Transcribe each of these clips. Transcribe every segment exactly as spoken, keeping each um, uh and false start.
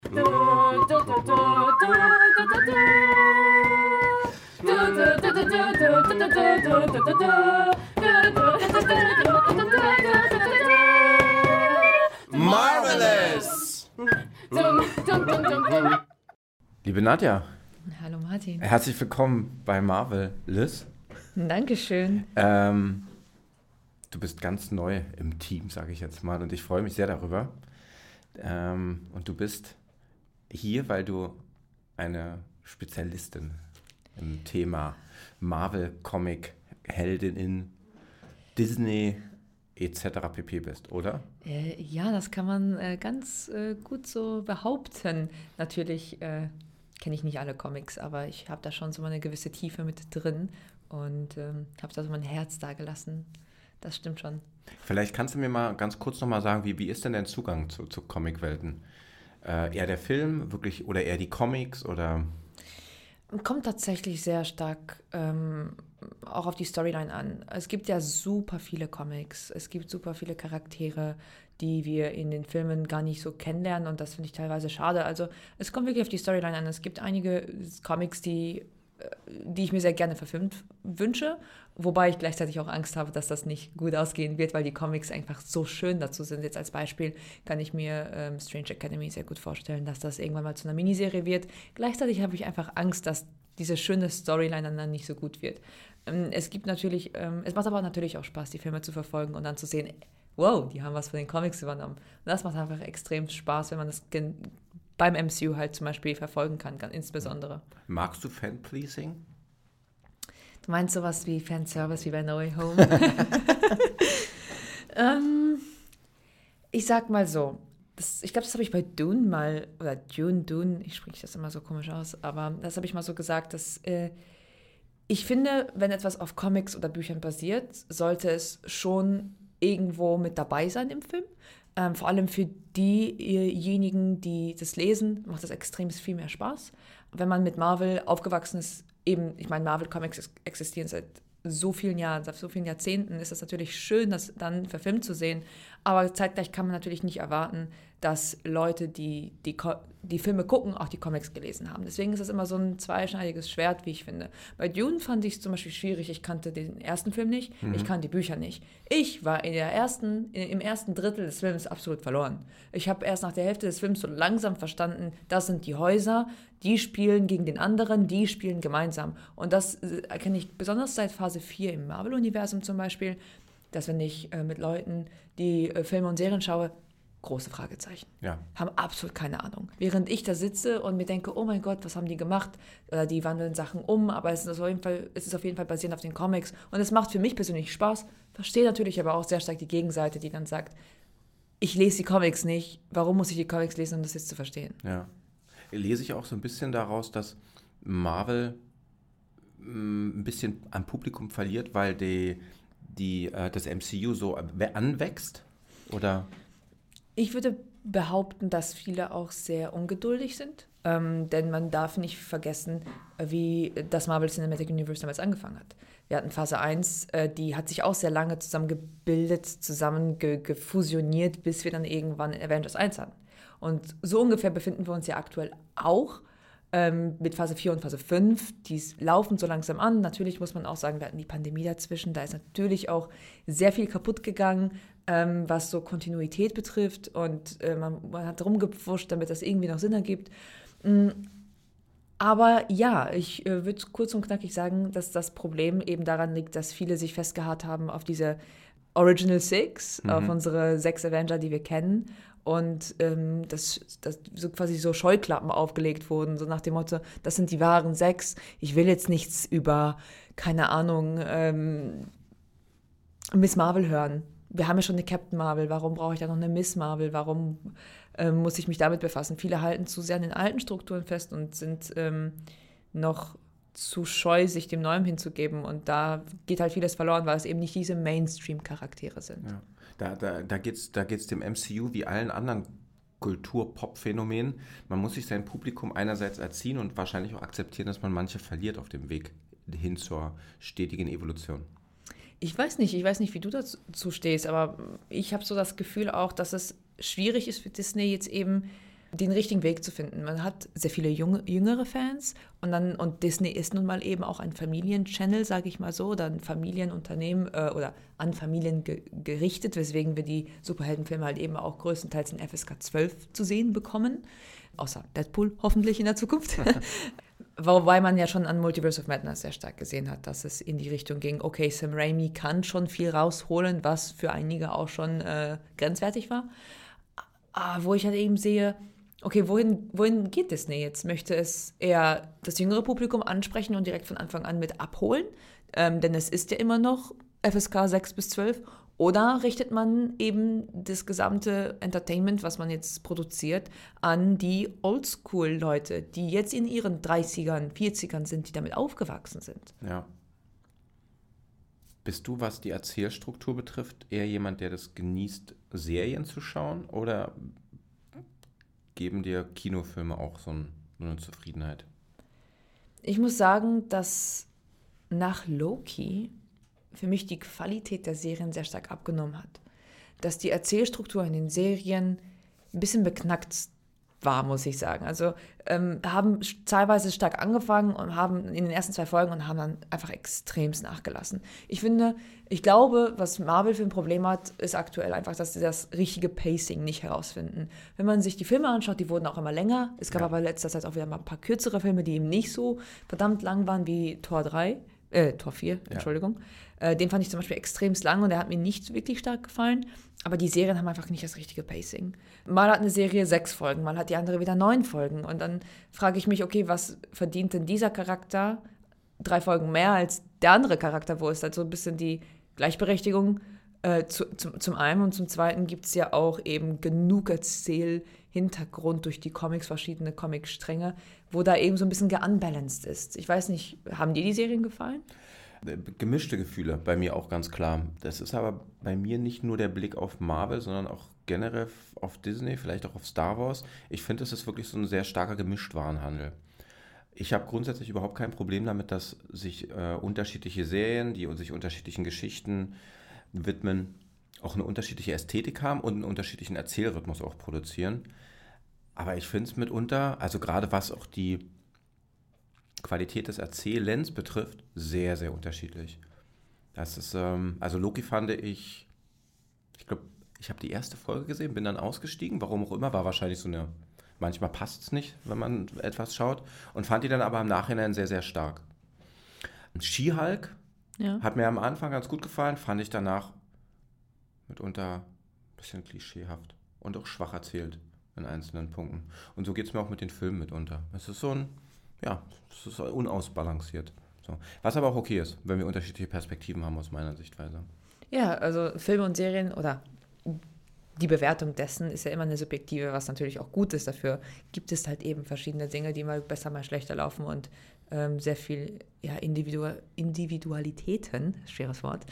Marvelous! Liebe Nadja. Hallo Martin. Herzlich willkommen bei Marvelous. Dankeschön. Ähm, du bist ganz neu im Team, sage ich jetzt mal, und ich freue mich sehr darüber. Ähm, und du bist hier, weil du eine Spezialistin im Thema Marvel-Comic-Heldin in Disney et cetera pp. Bist, oder? Äh, ja, das kann man äh, ganz äh, gut so behaupten. Natürlich äh, kenne ich nicht alle Comics, aber ich habe da schon so eine gewisse Tiefe mit drin und ähm, habe da so mein Herz da gelassen. Das stimmt schon. Vielleicht kannst du mir mal ganz kurz nochmal sagen, wie, wie ist denn dein Zugang zu, zu Comicwelten? Äh, eher der Film wirklich oder eher die Comics oder... Kommt tatsächlich sehr stark ähm, auch auf die Storyline an. Es gibt ja super viele Comics, es gibt super viele Charaktere, die wir in den Filmen gar nicht so kennenlernen und das finde ich teilweise schade. Also es kommt wirklich auf die Storyline an. Es gibt einige Comics, die, die ich mir sehr gerne verfilmt wünsche, wobei ich gleichzeitig auch Angst habe, dass das nicht gut ausgehen wird, weil die Comics einfach so schön dazu sind. Jetzt als Beispiel kann ich mir ähm, Strange Academy sehr gut vorstellen, dass das irgendwann mal zu einer Miniserie wird. Gleichzeitig habe ich einfach Angst, dass diese schöne Storyline dann nicht so gut wird. Ähm, es gibt natürlich, ähm, es macht aber natürlich auch Spaß, die Filme zu verfolgen und dann zu sehen, wow, die haben was von den Comics übernommen. Und das macht einfach extrem Spaß, wenn man das gen- beim M C U halt zum Beispiel verfolgen kann, ganz insbesondere. Magst du Fan-Pleasing? Du meinst sowas wie Fanservice wie bei No Way Home? ähm, ich sag mal so, das, ich glaube, das habe ich bei Dune mal, oder Dune, Dune, ich spreche das immer so komisch aus, aber das habe ich mal so gesagt, dass äh, ich finde, wenn etwas auf Comics oder Büchern basiert, sollte es schon irgendwo mit dabei sein im Film. Ähm, vor allem für diejenigen, die das lesen, macht das extrem viel mehr Spaß. Wenn man mit Marvel aufgewachsen ist, eben, ich meine, Marvel-Comics existieren seit so vielen Jahren, seit so vielen Jahrzehnten, ist es natürlich schön, das dann verfilmt zu sehen. Aber zeitgleich kann man natürlich nicht erwarten, dass Leute, die die, die Filme gucken, auch die Comics gelesen haben. Deswegen ist es immer so ein zweischneidiges Schwert, wie ich finde. Bei Dune fand ich es zum Beispiel schwierig. Ich kannte den ersten Film nicht, mhm. ich kannte die Bücher nicht. Ich war in der ersten, im ersten Drittel des Films absolut verloren. Ich habe erst nach der Hälfte des Films so langsam verstanden, das sind die Häuser, die spielen gegen den anderen, die spielen gemeinsam. Und das erkenne ich besonders seit Phase vier im Marvel-Universum zum Beispiel, dass wenn ich äh, mit Leuten, die äh, Filme und Serien schaue, große Fragezeichen. Ja. Haben absolut keine Ahnung. Während ich da sitze und mir denke, oh mein Gott, was haben die gemacht? Oder die wandeln Sachen um, aber es ist auf jeden Fall, es ist auf jeden Fall basierend auf den Comics. Und es macht für mich persönlich Spaß. Verstehe natürlich aber auch sehr stark die Gegenseite, die dann sagt, ich lese die Comics nicht. Warum muss ich die Comics lesen, um das jetzt zu verstehen? Ja. Lese ich auch so ein bisschen daraus, dass Marvel mh, ein bisschen am Publikum verliert, weil die, die, äh, das M C U so anwächst? Oder... Ich würde behaupten, dass viele auch sehr ungeduldig sind, ähm, denn man darf nicht vergessen, wie das Marvel Cinematic Universe damals angefangen hat. Wir hatten Phase eins, äh, die hat sich auch sehr lange zusammengebildet, zusammen ge- gefusioniert, bis wir dann irgendwann Avengers eins hatten. Und so ungefähr befinden wir uns ja aktuell auch ähm, mit Phase vier und Phase fünf. Die laufen so langsam an. Natürlich muss man auch sagen, wir hatten die Pandemie dazwischen. Da ist natürlich auch sehr viel kaputt gegangen, ähm, was so Kontinuität betrifft. Und äh, man, man hat rumgepfuscht, damit das irgendwie noch Sinn ergibt. Mhm. Aber ja, ich äh, würde kurz und knackig sagen, dass das Problem eben daran liegt, dass viele sich festgeharrt haben auf diese Original Six, mhm. auf unsere sechs Avenger, die wir kennen. Und ähm, dass das so quasi so Scheuklappen aufgelegt wurden, so nach dem Motto, das sind die wahren sechs. Ich will jetzt nichts über, keine Ahnung, ähm, Miss Marvel hören. Wir haben ja schon eine Captain Marvel, warum brauche ich da noch eine Miss Marvel? Warum ähm, muss ich mich damit befassen? Viele halten zu sehr an den alten Strukturen fest und sind ähm, noch zu scheu, sich dem Neuen hinzugeben. Und da geht halt vieles verloren, weil es eben nicht diese Mainstream-Charaktere sind. Ja. Da, da, da geht es da geht's dem M C U wie allen anderen Kultur-Pop-Phänomenen. Man muss sich sein Publikum einerseits erziehen und wahrscheinlich auch akzeptieren, dass man manche verliert auf dem Weg hin zur stetigen Evolution. Ich weiß nicht, ich weiß nicht, wie du dazu stehst, aber ich habe so das Gefühl auch, dass es schwierig ist für Disney jetzt eben den richtigen Weg zu finden. Man hat sehr viele junge, jüngere Fans und dann und Disney ist nun mal eben auch ein Familienchannel, sage ich mal so, oder ein Familienunternehmen äh, oder an Familien ge- gerichtet, weswegen wir die Superheldenfilme halt eben auch größtenteils in F S K zwölf zu sehen bekommen, außer Deadpool hoffentlich in der Zukunft. Wobei man ja schon an Multiverse of Madness sehr stark gesehen hat, dass es in die Richtung ging, okay, Sam Raimi kann schon viel rausholen, was für einige auch schon äh, grenzwertig war. Aber wo ich halt eben sehe, okay, wohin, wohin geht Disney jetzt? Möchte es eher das jüngere Publikum ansprechen und direkt von Anfang an mit abholen? Ähm, denn es ist ja immer noch F S K sechs bis zwölf. Oder richtet man eben das gesamte Entertainment, was man jetzt produziert, an die Oldschool-Leute, die jetzt in ihren dreißigern, vierzigern sind, die damit aufgewachsen sind? Ja. Bist du, was die Erzählstruktur betrifft, eher jemand, der das genießt, Serien zu schauen? Oder geben dir Kinofilme auch so eine Zufriedenheit? Ich muss sagen, dass nach Loki für mich die Qualität der Serien sehr stark abgenommen hat. Dass die Erzählstruktur in den Serien ein bisschen beknackt war, muss ich sagen. Also ähm, haben teilweise stark angefangen und haben in den ersten zwei Folgen und haben dann einfach extremst nachgelassen. Ich finde, ich glaube, was Marvel für ein Problem hat, ist aktuell einfach, dass sie das richtige Pacing nicht herausfinden. Wenn man sich die Filme anschaut, die wurden auch immer länger. Es gab Ja. aber in letzter Zeit auch wieder mal ein paar kürzere Filme, die eben nicht so verdammt lang waren wie Tor drei. Äh, Tor vier, Entschuldigung. Ja. Äh, den fand ich zum Beispiel extremst lang und der hat mir nicht wirklich stark gefallen. Aber die Serien haben einfach nicht das richtige Pacing. Mal hat eine Serie sechs Folgen, mal hat die andere wieder neun Folgen. Und dann frage ich mich, okay, was verdient denn dieser Charakter drei Folgen mehr als der andere Charakter? Wo ist halt so ein bisschen die Gleichberechtigung äh, zu, zum, zum einen. Und zum zweiten gibt es ja auch eben genug Erzählhintergrund durch die Comics, verschiedene Comicstränge, wo da eben so ein bisschen geunbalanced ist. Ich weiß nicht, haben dir die Serien gefallen? Gemischte Gefühle, bei mir auch ganz klar. Das ist aber bei mir nicht nur der Blick auf Marvel, sondern auch generell auf Disney, vielleicht auch auf Star Wars. Ich finde, es ist wirklich so ein sehr starker Gemischtwarenhandel. Ich habe grundsätzlich überhaupt kein Problem damit, dass sich äh, unterschiedliche Serien, die sich unterschiedlichen Geschichten widmen, auch eine unterschiedliche Ästhetik haben und einen unterschiedlichen Erzählrhythmus auch produzieren. Aber ich finde es mitunter, also gerade was auch die Qualität des Erzählens betrifft, sehr, sehr unterschiedlich. Das ist, ähm, also Loki fand ich, ich glaube, ich habe die erste Folge gesehen, bin dann ausgestiegen, warum auch immer, war wahrscheinlich so eine, manchmal passt es nicht, wenn man etwas schaut, und fand die dann aber im Nachhinein sehr, sehr stark. She-Hulk ja. hat mir am Anfang ganz gut gefallen, fand ich danach mitunter ein bisschen klischeehaft und auch schwach erzählt in einzelnen Punkten. Und so geht es mir auch mit den Filmen mitunter. Es ist so ein Ja, es ist unausbalanciert. So. Was aber auch okay ist, wenn wir unterschiedliche Perspektiven haben aus meiner Sichtweise. Ja, also Filme und Serien oder die Bewertung dessen ist ja immer eine subjektive, was natürlich auch gut ist. Dafür gibt es halt eben verschiedene Dinge, die mal besser, mal schlechter laufen und ähm, sehr viel ja, Individu- Individualitäten, schweres Wort.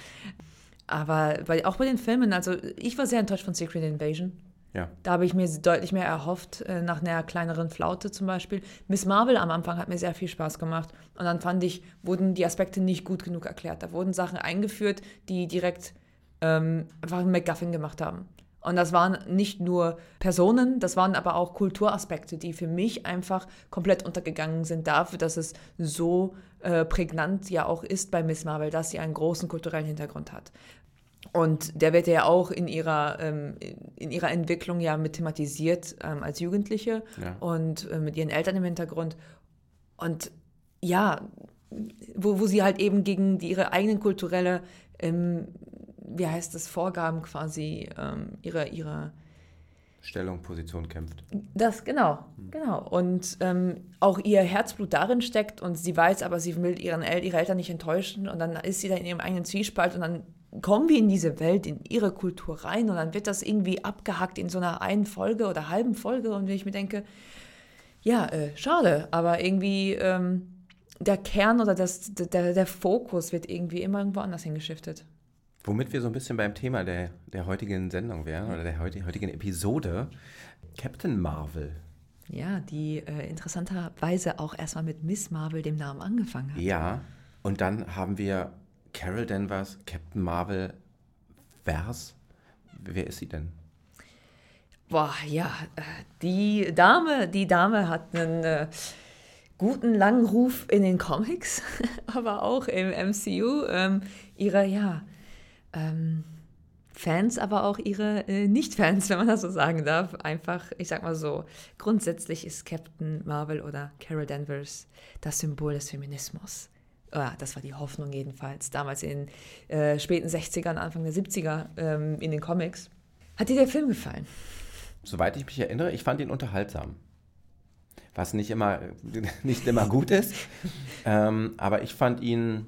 Aber bei, auch bei den Filmen, also ich war sehr enttäuscht von Secret Invasion. Ja. Da habe ich mir deutlich mehr erhofft, äh, nach einer kleineren Flaute zum Beispiel. Miss Marvel am Anfang hat mir sehr viel Spaß gemacht. Und dann fand ich, wurden die Aspekte nicht gut genug erklärt. Da wurden Sachen eingeführt, die direkt ähm, einfach einen MacGuffin gemacht haben. Und das waren nicht nur Personen, das waren aber auch Kulturaspekte, die für mich einfach komplett untergegangen sind dafür, dass es so äh, prägnant ja auch ist bei Miss Marvel, dass sie einen großen kulturellen Hintergrund hat. Und der wird ja auch in ihrer, ähm, in ihrer Entwicklung ja mit thematisiert ähm, als Jugendliche ja. und äh, mit ihren Eltern im Hintergrund. Und ja, wo, wo sie halt eben gegen die, ihre eigenen kulturelle, ähm, wie heißt das, Vorgaben quasi, ähm, ihre, ihre Stellung, Position kämpft. Das, genau, mhm. genau. Und ähm, auch ihr Herzblut darin steckt und sie weiß, aber sie will ihren El- ihre Eltern nicht enttäuschen und dann ist sie da in ihrem eigenen Zwiespalt und dann kommen wir in diese Welt, in ihre Kultur rein und dann wird das irgendwie abgehackt in so einer einen Folge oder halben Folge und wenn ich mir denke, ja, äh, schade, aber irgendwie ähm, der Kern oder das, der, der Fokus wird irgendwie immer irgendwo anders hingeschiftet. Womit wir so ein bisschen beim Thema der, der heutigen Sendung wären oder der heutigen Episode, Captain Marvel. Ja, die äh, interessanterweise auch erstmal mit Miss Marvel, dem Namen, angefangen hat. Ja, und dann haben wir Carol Danvers, Captain Marvel, Vers. Wer ist sie denn? Boah, ja, äh, die Dame, die Dame hat einen äh, guten langen Ruf in den Comics, aber auch im M C U. Ähm, ihre, ja, ähm, Fans, aber auch ihre äh, Nicht-Fans, wenn man das so sagen darf. Einfach, ich sag mal so, grundsätzlich ist Captain Marvel oder Carol Danvers das Symbol des Feminismus. Ja, das war die Hoffnung jedenfalls, damals in äh, späten sechzigern, Anfang der siebziger ähm, in den Comics. Hat dir der Film gefallen? Soweit ich mich erinnere, ich fand ihn unterhaltsam. Was nicht immer, nicht immer gut ist. ähm, aber ich fand ihn,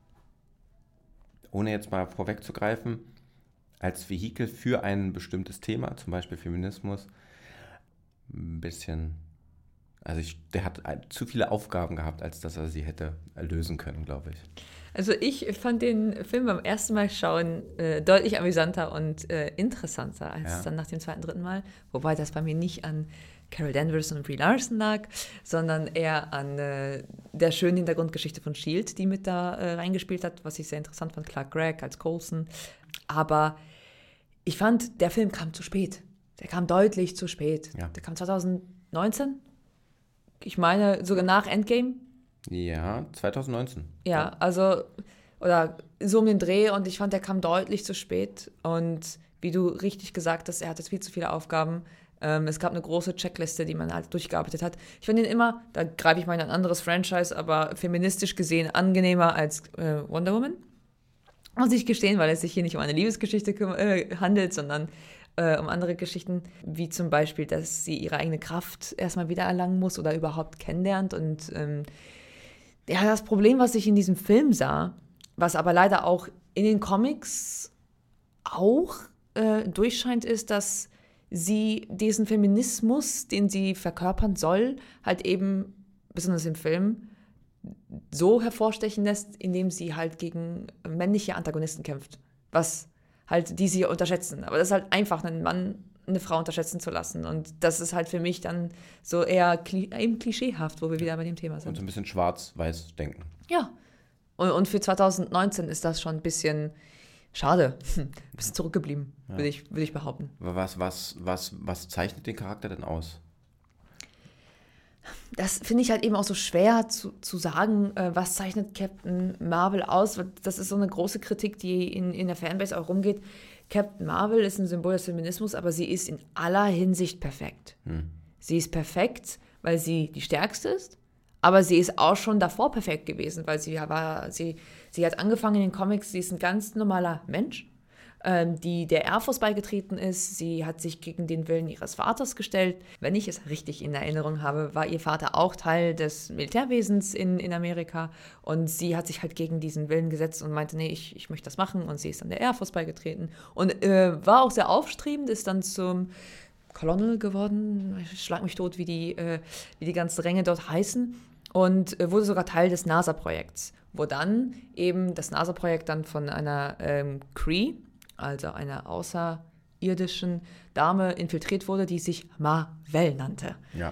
ohne jetzt mal vorwegzugreifen, als Vehikel für ein bestimmtes Thema, zum Beispiel Feminismus, ein bisschen, also ich, der hat zu viele Aufgaben gehabt, als dass er sie hätte lösen können, glaube ich. Also ich fand den Film beim ersten Mal schauen äh, deutlich amüsanter und äh, interessanter als Ja. dann nach dem zweiten, dritten Mal. Wobei das bei mir nicht an Carol Danvers und Brie Larson lag, sondern eher an äh, der schönen Hintergrundgeschichte von S H I E L D, die mit da äh, reingespielt hat, was ich sehr interessant fand. Clark Gregg als Coulson. Aber ich fand, der Film kam zu spät. Der kam deutlich zu spät. Ja. Der kam zwanzig neunzehn. Ich meine, sogar nach Endgame. Ja, zwanzig neunzehn. Ja, also, oder so um den Dreh, und ich fand, der kam deutlich zu spät. Und wie du richtig gesagt hast, er hatte viel zu viele Aufgaben. Ähm, es gab eine große Checkliste, die man halt durchgearbeitet hat. Ich finde ihn immer, da greife ich mal in ein anderes Franchise, aber feministisch gesehen angenehmer als äh, Wonder Woman. Muss ich gestehen, weil es sich hier nicht um eine Liebesgeschichte äh, handelt, sondern äh, um andere Geschichten, wie zum Beispiel, dass sie ihre eigene Kraft erstmal wieder erlangen muss oder überhaupt kennenlernt. Und ähm, ja, das Problem, was ich in diesem Film sah, was aber leider auch in den Comics auch äh, durchscheint, ist, dass sie diesen Feminismus, den sie verkörpern soll, halt eben, besonders im Film, so hervorstechen lässt, indem sie halt gegen männliche Antagonisten kämpft. Was halt, die sie unterschätzen. Aber das ist halt einfach, einen Mann, eine Frau unterschätzen zu lassen. Und das ist halt für mich dann so eher kli- eben klischeehaft, wo wir wieder bei dem Thema sind. Und so ein bisschen schwarz-weiß denken. Ja. Und, und für zwanzig neunzehn ist das schon ein bisschen schade. Ein bisschen zurückgeblieben, Ja. würde ich, würde ich behaupten. Was, was, was, was zeichnet den Charakter denn aus? Das finde ich halt eben auch so schwer zu, zu sagen, äh, was zeichnet Captain Marvel aus. Das ist so eine große Kritik, die in, in der Fanbase auch rumgeht. Captain Marvel ist ein Symbol des Feminismus, aber sie ist in aller Hinsicht perfekt. Hm. Sie ist perfekt, weil sie die Stärkste ist, aber sie ist auch schon davor perfekt gewesen, weil sie war, sie, sie hat angefangen in den Comics, sie ist ein ganz normaler Mensch, ähm, die der Air Force beigetreten ist. Sie hat sich gegen den Willen ihres Vaters gestellt. Wenn ich es richtig in Erinnerung habe, war ihr Vater auch Teil des Militärwesens in, in Amerika, und sie hat sich halt gegen diesen Willen gesetzt und meinte, nee, ich, ich möchte das machen, und sie ist dann der Air Force beigetreten und äh, war auch sehr aufstrebend, ist dann zum Colonel geworden, ich schlag mich tot, wie die, äh, wie die ganzen Ränge dort heißen, und äh, wurde sogar Teil des NASA-Projekts, wo dann eben das NASA-Projekt dann von einer ähm, Kree, also einer außerirdischen Dame, infiltriert wurde, die sich Mar-Vell nannte. Ja.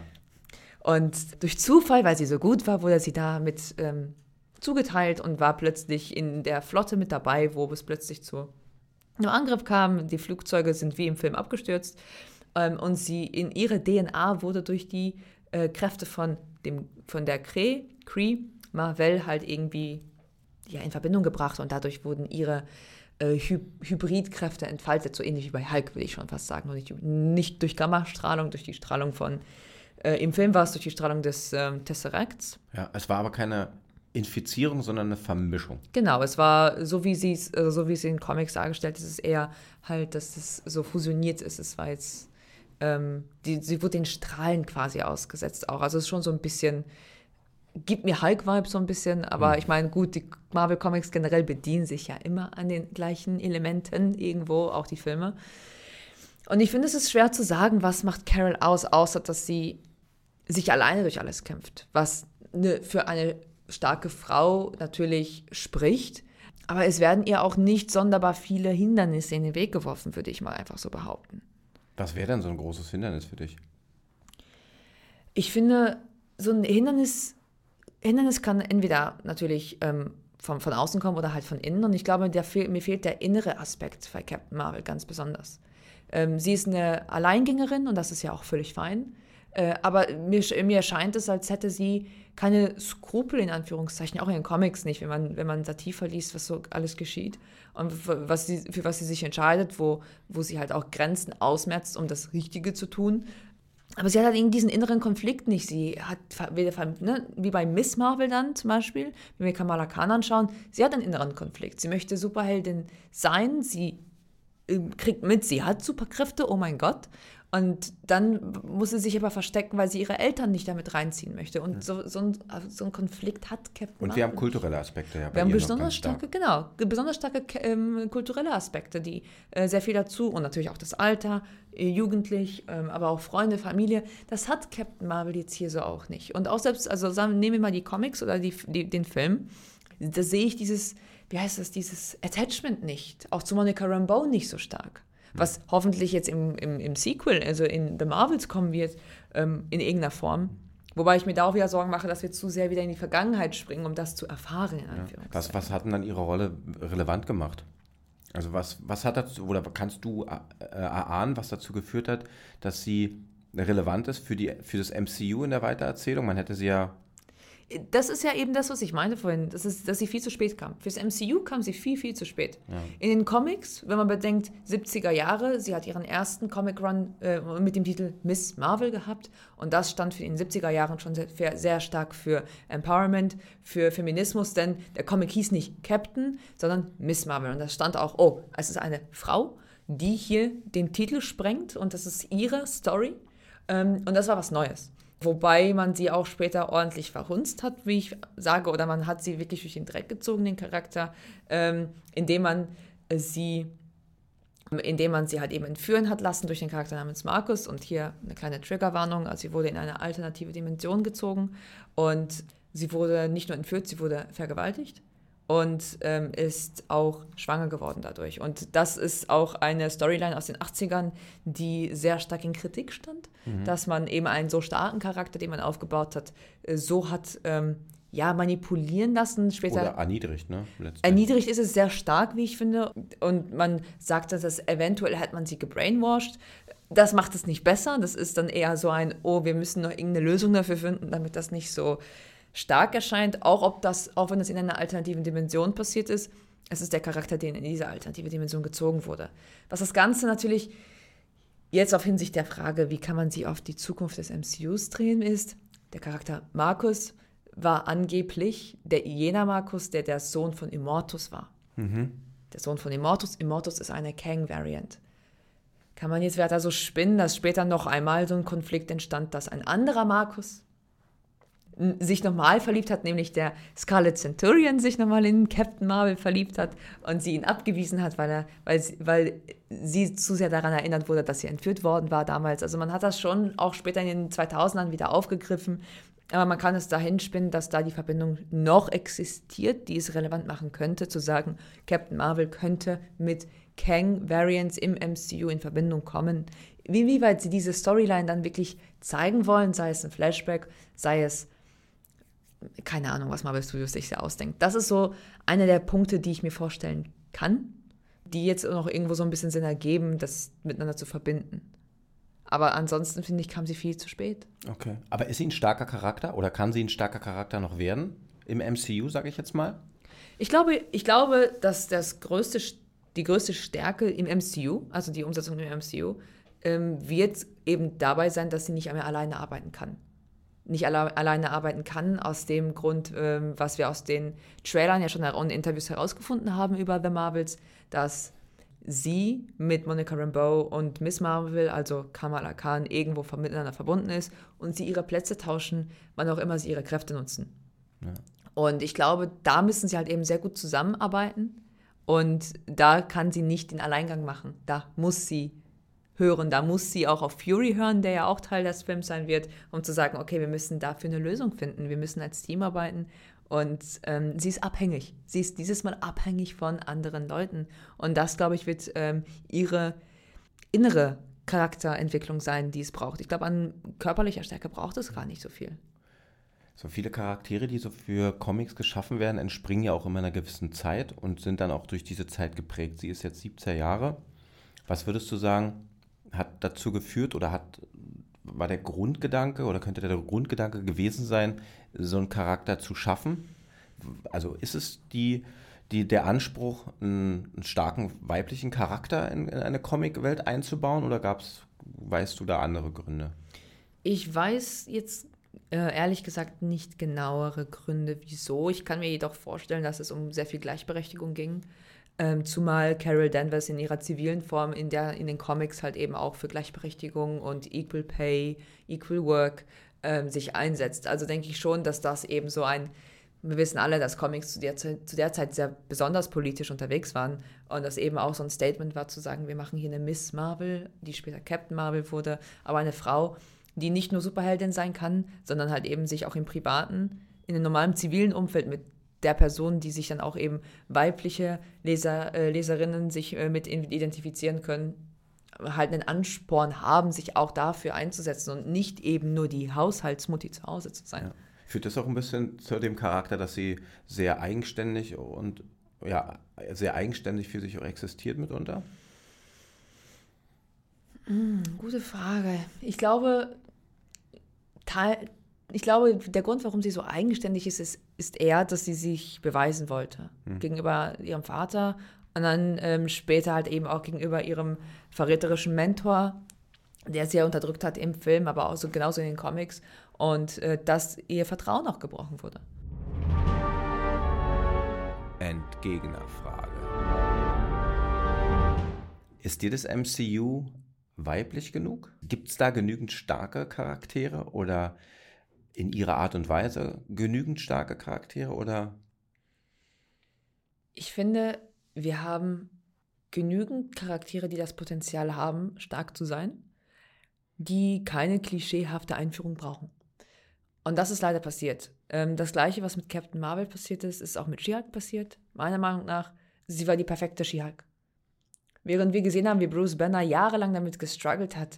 Und durch Zufall, weil sie so gut war, wurde sie damit ähm, zugeteilt und war plötzlich in der Flotte mit dabei, wo es plötzlich zu einem Angriff kam. Die Flugzeuge sind wie im Film abgestürzt. Ähm, und sie in ihre D N A wurde durch die äh, Kräfte von, dem, von der Kree, Kree Mar-Vell halt irgendwie ja, in Verbindung gebracht, und dadurch wurden ihre äh, Hy- Hybridkräfte entfaltet, so ähnlich wie bei Hulk, würde ich schon fast sagen. Und nicht, nicht durch Gammastrahlung, durch die Strahlung von, äh, im Film war es durch die Strahlung des ähm, Tesseracts. Ja, es war aber keine Infizierung, sondern eine Vermischung. Genau, es war so, wie sie es, also so wie es in den Comics dargestellt ist, es ist eher halt, dass es so fusioniert ist. Es war jetzt, ähm, die, sie wurde den Strahlen quasi ausgesetzt auch. Also es ist schon so ein bisschen, gibt mir Hulk-Vibes so ein bisschen, aber Mhm. ich meine, gut, die Marvel-Comics generell bedienen sich ja immer an den gleichen Elementen irgendwo, auch die Filme. Und ich finde, es ist schwer zu sagen, was macht Carol aus, außer dass sie sich alleine durch alles kämpft, was ne, für eine starke Frau natürlich spricht, aber es werden ihr auch nicht sonderbar viele Hindernisse in den Weg geworfen, würde ich mal einfach so behaupten. Was wäre denn so ein großes Hindernis für dich? Ich finde, so ein Hindernis, Hindernis kann entweder natürlich ähm, von, von außen kommen oder halt von innen, und ich glaube, der fehl, mir fehlt der innere Aspekt bei Captain Marvel ganz besonders. Ähm, sie ist eine Alleingängerin und das ist ja auch völlig fein. Äh, aber mir, mir scheint es, als hätte sie keine Skrupel, in Anführungszeichen, auch in den Comics nicht, wenn man, wenn man da tiefer liest, was so alles geschieht und was sie, für was sie sich entscheidet, wo, wo sie halt auch Grenzen ausmerzt, um das Richtige zu tun. Aber sie hat halt irgendwie diesen inneren Konflikt nicht. Sie hat, ne, wie bei Miss Marvel dann zum Beispiel, wenn wir Kamala Khan anschauen, sie hat einen inneren Konflikt. Sie möchte Superheldin sein, sie äh, kriegt mit, sie hat Superkräfte, oh mein Gott. Und dann muss sie sich aber verstecken, weil sie ihre Eltern nicht damit reinziehen möchte. Und ja. so, so, ein, so ein Konflikt hat Captain Marvel. Und wir haben kulturelle Aspekte. Ja, bei wir haben ihr besonders starke, genau, besonders starke ähm, kulturelle Aspekte, die äh, sehr viel dazu, und natürlich auch das Alter, äh, jugendlich, ähm, aber auch Freunde, Familie, das hat Captain Marvel jetzt hier so auch nicht. Und auch selbst, also sagen, nehmen wir mal die Comics oder die, die, den Film, da sehe ich dieses, wie heißt das, dieses Attachment nicht, auch zu Monica Rambeau nicht so stark. Was hoffentlich jetzt im, im, im Sequel, also in The Marvels kommen wird, ähm, in irgendeiner Form. Wobei ich mir da auch wieder Sorgen mache, dass wir zu sehr wieder in die Vergangenheit springen, um das zu erfahren, in Anführungszeichen. Ja. Was, was hat denn dann ihre Rolle relevant gemacht? Also was, was hat dazu, oder kannst du äh, erahnen, was dazu geführt hat, dass sie relevant ist für, die, für das M C U in der Weitererzählung? Man hätte sie ja... Das ist ja eben das, was ich meinte vorhin, das ist, dass sie viel zu spät kam. Fürs M C U kam sie viel, viel zu spät. Ja. In den Comics, wenn man bedenkt, siebziger Jahre, sie hat ihren ersten Comic-Run äh, mit dem Titel Miss Marvel gehabt und das stand für in den siebziger Jahren schon sehr, sehr stark für Empowerment, für Feminismus, denn der Comic hieß nicht Captain, sondern Miss Marvel und das stand auch, oh, es ist eine Frau, die hier den Titel sprengt und das ist ihre Story ähm, und das war was Neues. Wobei man sie auch später ordentlich verhunzt hat, wie ich sage, oder man hat sie wirklich durch den Dreck gezogen, den Charakter, ähm, indem man äh, sie, indem man sie halt eben entführen hat lassen durch den Charakter namens Marcus. Und hier eine kleine Triggerwarnung, also sie wurde in eine alternative Dimension gezogen und sie wurde nicht nur entführt, sie wurde vergewaltigt. Und ähm, ist auch schwanger geworden dadurch. Und das ist auch eine Storyline aus den achtzigern, die sehr stark in Kritik stand, mhm. dass man eben einen so starken Charakter, den man aufgebaut hat, so hat ähm, ja, manipulieren lassen. Später Oder erniedrigt, ne? Letztlich. Erniedrigt ist es sehr stark, wie ich finde. Und man sagt, dass es eventuell hat man sie gebrainwashed. Das macht es nicht besser. Das ist dann eher so ein, oh, wir müssen noch irgendeine Lösung dafür finden, damit das nicht so stark erscheint, auch ob das, auch wenn es in einer alternativen Dimension passiert ist, es ist der Charakter, der in diese alternative Dimension gezogen wurde. Was das Ganze natürlich jetzt auf Hinsicht der Frage, wie kann man sie auf die Zukunft des M C Us drehen, ist, der Charakter Marcus war angeblich der Iena Marcus, der der Sohn von Immortus war. Mhm. Der Sohn von Immortus. Immortus ist eine Kang-Variant. Kann man jetzt weiter so spinnen, dass später noch einmal so ein Konflikt entstand, dass ein anderer Marcus sich nochmal verliebt hat, nämlich der Scarlet Centurion sich nochmal in Captain Marvel verliebt hat und sie ihn abgewiesen hat, weil, er, weil, sie, weil sie zu sehr daran erinnert wurde, dass sie entführt worden war damals. Also man hat das schon auch später in den zweitausendern wieder aufgegriffen, aber man kann es dahin spinnen, dass da die Verbindung noch existiert, die es relevant machen könnte, zu sagen, Captain Marvel könnte mit Kang-Variants im M C U in Verbindung kommen. Wie, wie weit sie diese Storyline dann wirklich zeigen wollen, sei es ein Flashback, sei es keine Ahnung, was Marvel Studios sich da ausdenkt. Das ist so einer der Punkte, die ich mir vorstellen kann, die jetzt noch irgendwo so ein bisschen Sinn ergeben, das miteinander zu verbinden. Aber ansonsten, finde ich, kam sie viel zu spät. Okay. Aber ist sie ein starker Charakter oder kann sie ein starker Charakter noch werden im M C U, sage ich jetzt mal? Ich glaube, ich glaube, dass das größte, die größte Stärke im M C U, also die Umsetzung im M C U, ähm, wird eben dabei sein, dass sie nicht mehr alleine arbeiten kann. nicht alle, alleine arbeiten kann, aus dem Grund, ähm, was wir aus den Trailern ja schon in Interviews herausgefunden haben über The Marvels, dass sie mit Monica Rambeau und Miss Marvel, also Kamala Khan, irgendwo miteinander verbunden ist und sie ihre Plätze tauschen, wann auch immer sie ihre Kräfte nutzen. Ja. Und ich glaube, da müssen sie halt eben sehr gut zusammenarbeiten und da kann sie nicht den Alleingang machen. Da muss sie hören. Da muss sie auch auf Fury hören, der ja auch Teil des Films sein wird, um zu sagen, okay, wir müssen dafür eine Lösung finden. Wir müssen als Team arbeiten. Und ähm, sie ist abhängig. Sie ist dieses Mal abhängig von anderen Leuten. Und das, glaube ich, wird ähm, ihre innere Charakterentwicklung sein, die es braucht. Ich glaube, an körperlicher Stärke braucht es gar nicht so viel. So viele Charaktere, die so für Comics geschaffen werden, entspringen ja auch immer einer gewissen Zeit und sind dann auch durch diese Zeit geprägt. Sie ist jetzt siebzehn Jahre. Was würdest du sagen, hat dazu geführt oder hat, war der Grundgedanke oder könnte der Grundgedanke gewesen sein, so einen Charakter zu schaffen? Also ist es die, die, der Anspruch, einen, einen starken weiblichen Charakter in, in eine Comicwelt einzubauen oder gab's, weißt du da andere Gründe? Ich weiß jetzt äh, ehrlich gesagt nicht genauere Gründe, wieso. Ich kann mir jedoch vorstellen, dass es um sehr viel Gleichberechtigung ging. Ähm, zumal Carol Danvers in ihrer zivilen Form in, der, in den Comics halt eben auch für Gleichberechtigung und Equal Pay, Equal Work ähm, sich einsetzt. Also denke ich schon, dass das eben so ein, wir wissen alle, dass Comics zu der, Zeit, zu der Zeit sehr besonders politisch unterwegs waren und das eben auch so ein Statement war zu sagen, wir machen hier eine Miss Marvel, die später Captain Marvel wurde, aber eine Frau, die nicht nur Superheldin sein kann, sondern halt eben sich auch im privaten, in einem normalen zivilen Umfeld mit der Person, die sich dann auch eben weibliche Leser, äh, Leserinnen sich äh, mit identifizieren können, halt einen Ansporn haben, sich auch dafür einzusetzen und nicht eben nur die Haushaltsmutti zu Hause zu sein. Ja. Führt das auch ein bisschen zu dem Charakter, dass sie sehr eigenständig und ja, sehr eigenständig für sich auch existiert mitunter? Mm, gute Frage. Ich glaube, Teil, ich glaube, der Grund, warum sie so eigenständig ist, ist, ist eher, dass sie sich beweisen wollte hm. gegenüber ihrem Vater und dann ähm, später halt eben auch gegenüber ihrem verräterischen Mentor, der sie ja unterdrückt hat im Film, aber auch so genauso in den Comics und äh, dass ihr Vertrauen auch gebrochen wurde. Entgegnerfrage. Ist dir das M C U weiblich genug? Gibt es da genügend starke Charaktere oder in ihrer Art und Weise genügend starke Charaktere oder? Ich finde, wir haben genügend Charaktere, die das Potenzial haben, stark zu sein, die keine klischeehafte Einführung brauchen. Und das ist leider passiert. Das Gleiche, was mit Captain Marvel passiert ist, ist auch mit She-Hulk passiert. Meiner Meinung nach, sie war die perfekte She-Hulk. Während wir gesehen haben, wie Bruce Banner jahrelang damit gestruggelt hat,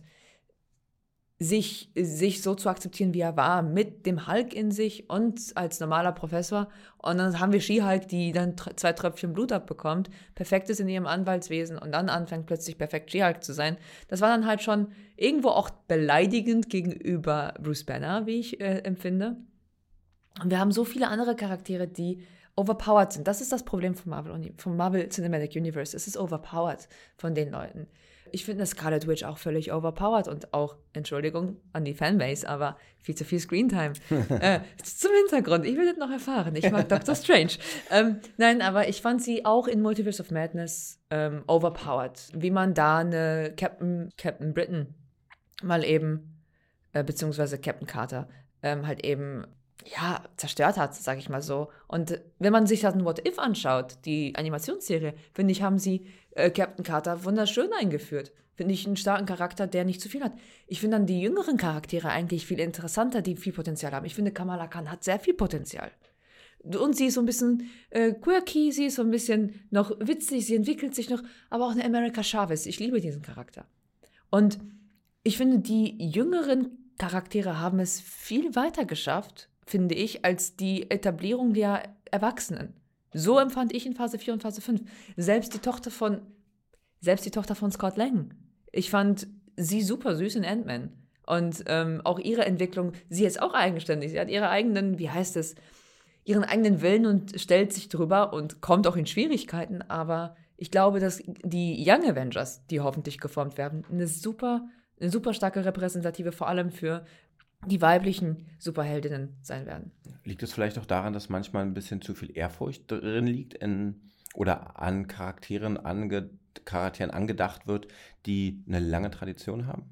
sich, sich so zu akzeptieren, wie er war, mit dem Hulk in sich und als normaler Professor. Und dann haben wir She-Hulk, die dann tr- zwei Tröpfchen Blut abbekommt, perfekt ist in ihrem Anwaltswesen und dann anfängt plötzlich perfekt She-Hulk zu sein. Das war dann halt schon irgendwo auch beleidigend gegenüber Bruce Banner, wie ich äh, empfinde. Und wir haben so viele andere Charaktere, die overpowered sind. Das ist das Problem von Marvel, vom Marvel Cinematic Universe. Es ist overpowered von den Leuten. Ich finde Scarlet Witch auch völlig overpowered und auch, Entschuldigung an die Fanbase, aber viel zu viel Screentime. äh, zum Hintergrund, ich will das noch erfahren. Ich mag Doctor Strange. Ähm, nein, aber ich fand sie auch in Multiverse of Madness ähm, overpowered. Wie man da eine Captain, Captain Britain mal eben, äh, beziehungsweise Captain Carter, ähm, halt eben ja, zerstört hat, sag ich mal so. Und wenn man sich dann What If anschaut, die Animationsserie, finde ich, haben sie äh, Captain Carter wunderschön eingeführt. Finde ich einen starken Charakter, der nicht zu viel hat. Ich finde dann die jüngeren Charaktere eigentlich viel interessanter, die viel Potenzial haben. Ich finde, Kamala Khan hat sehr viel Potenzial. Und sie ist so ein bisschen äh, quirky, sie ist so ein bisschen noch witzig, sie entwickelt sich noch, aber auch eine America Chavez. Ich liebe diesen Charakter. Und ich finde, die jüngeren Charaktere haben es viel weiter geschafft, finde ich, als die Etablierung der Erwachsenen. So empfand ich in Phase vier und Phase fünf. Selbst die Tochter von, selbst die Tochter von Scott Lang. Ich fand sie super süß in Ant-Man. Und ähm, auch ihre Entwicklung, sie ist auch eigenständig. Sie hat ihre eigenen, wie heißt es, ihren eigenen Willen und stellt sich drüber und kommt auch in Schwierigkeiten. Aber ich glaube, dass die Young Avengers, die hoffentlich geformt werden, eine super, eine super starke Repräsentative vor allem für die weiblichen Superheldinnen sein werden. Liegt es vielleicht auch daran, dass manchmal ein bisschen zu viel Ehrfurcht drin liegt in, oder an Charakteren, ange, Charakteren angedacht wird, die eine lange Tradition haben?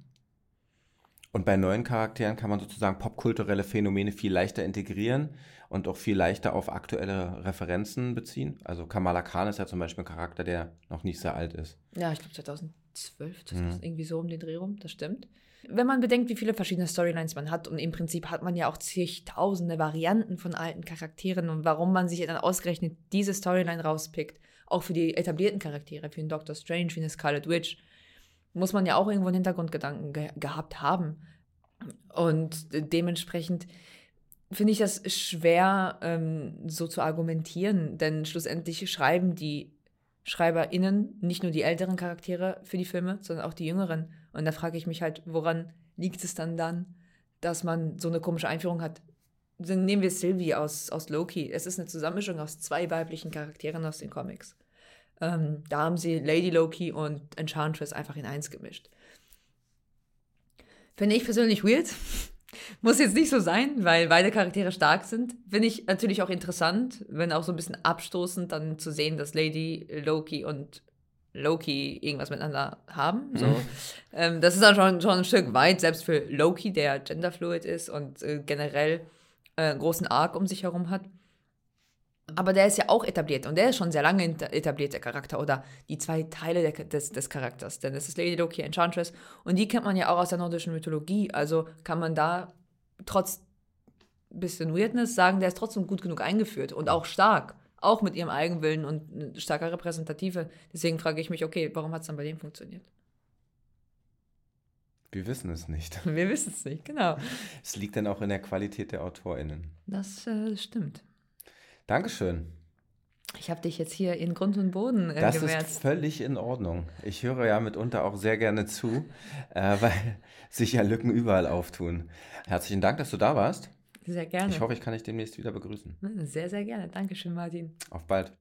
Und bei neuen Charakteren kann man sozusagen popkulturelle Phänomene viel leichter integrieren und auch viel leichter auf aktuelle Referenzen beziehen. Also Kamala Khan ist ja zum Beispiel ein Charakter, der noch nicht sehr alt ist. Ja, ich glaube zweitausendzwölf, das mhm. ist irgendwie so um den Dreh rum, das stimmt. Wenn man bedenkt, wie viele verschiedene Storylines man hat und im Prinzip hat man ja auch zigtausende Varianten von alten Charakteren und warum man sich dann ausgerechnet diese Storyline rauspickt, auch für die etablierten Charaktere, für den Doctor Strange, für eine Scarlet Witch, muss man ja auch irgendwo einen Hintergrundgedanken ge- gehabt haben. Und dementsprechend finde ich das schwer, ähm, so zu argumentieren, denn schlussendlich schreiben die SchreiberInnen, nicht nur die älteren Charaktere für die Filme, sondern auch die jüngeren. Und da frage ich mich halt, woran liegt es dann dann, dass man so eine komische Einführung hat? Dann nehmen wir Sylvie aus, aus Loki. Es ist eine Zusammenmischung aus zwei weiblichen Charakteren aus den Comics. Ähm, da haben sie Lady Loki und Enchantress einfach in eins gemischt. Finde ich persönlich weird. Muss jetzt nicht so sein, weil beide Charaktere stark sind. Finde ich natürlich auch interessant, wenn auch so ein bisschen abstoßend, dann zu sehen, dass Lady Loki und Loki irgendwas miteinander haben. So. ähm, das ist dann schon, schon ein Stück weit, selbst für Loki, der genderfluid ist und äh, generell äh, einen großen Arc um sich herum hat. Aber der ist ja auch etabliert und der ist schon sehr lange etabliert, der Charakter, oder die zwei Teile der, des, des Charakters. Denn es ist Lady Loki, Enchantress, und die kennt man ja auch aus der nordischen Mythologie. Also kann man da trotz bisschen Weirdness sagen, der ist trotzdem gut genug eingeführt und auch stark. Auch mit ihrem Eigenwillen und eine starke Repräsentative. Deswegen frage ich mich, okay, warum hat es dann bei dem funktioniert? Wir wissen es nicht. Wir wissen es nicht, genau. Es liegt dann auch in der Qualität der AutorInnen. Das äh, stimmt. Dankeschön. Ich habe dich jetzt hier in Grund und Boden äh, Das gewärzt. ist völlig in Ordnung. Ich höre ja mitunter auch sehr gerne zu, äh, weil sich ja Lücken überall auftun. Herzlichen Dank, dass du da warst. Sehr gerne. Ich hoffe, ich kann dich demnächst wieder begrüßen. Sehr, sehr gerne. Dankeschön, Martin. Auf bald.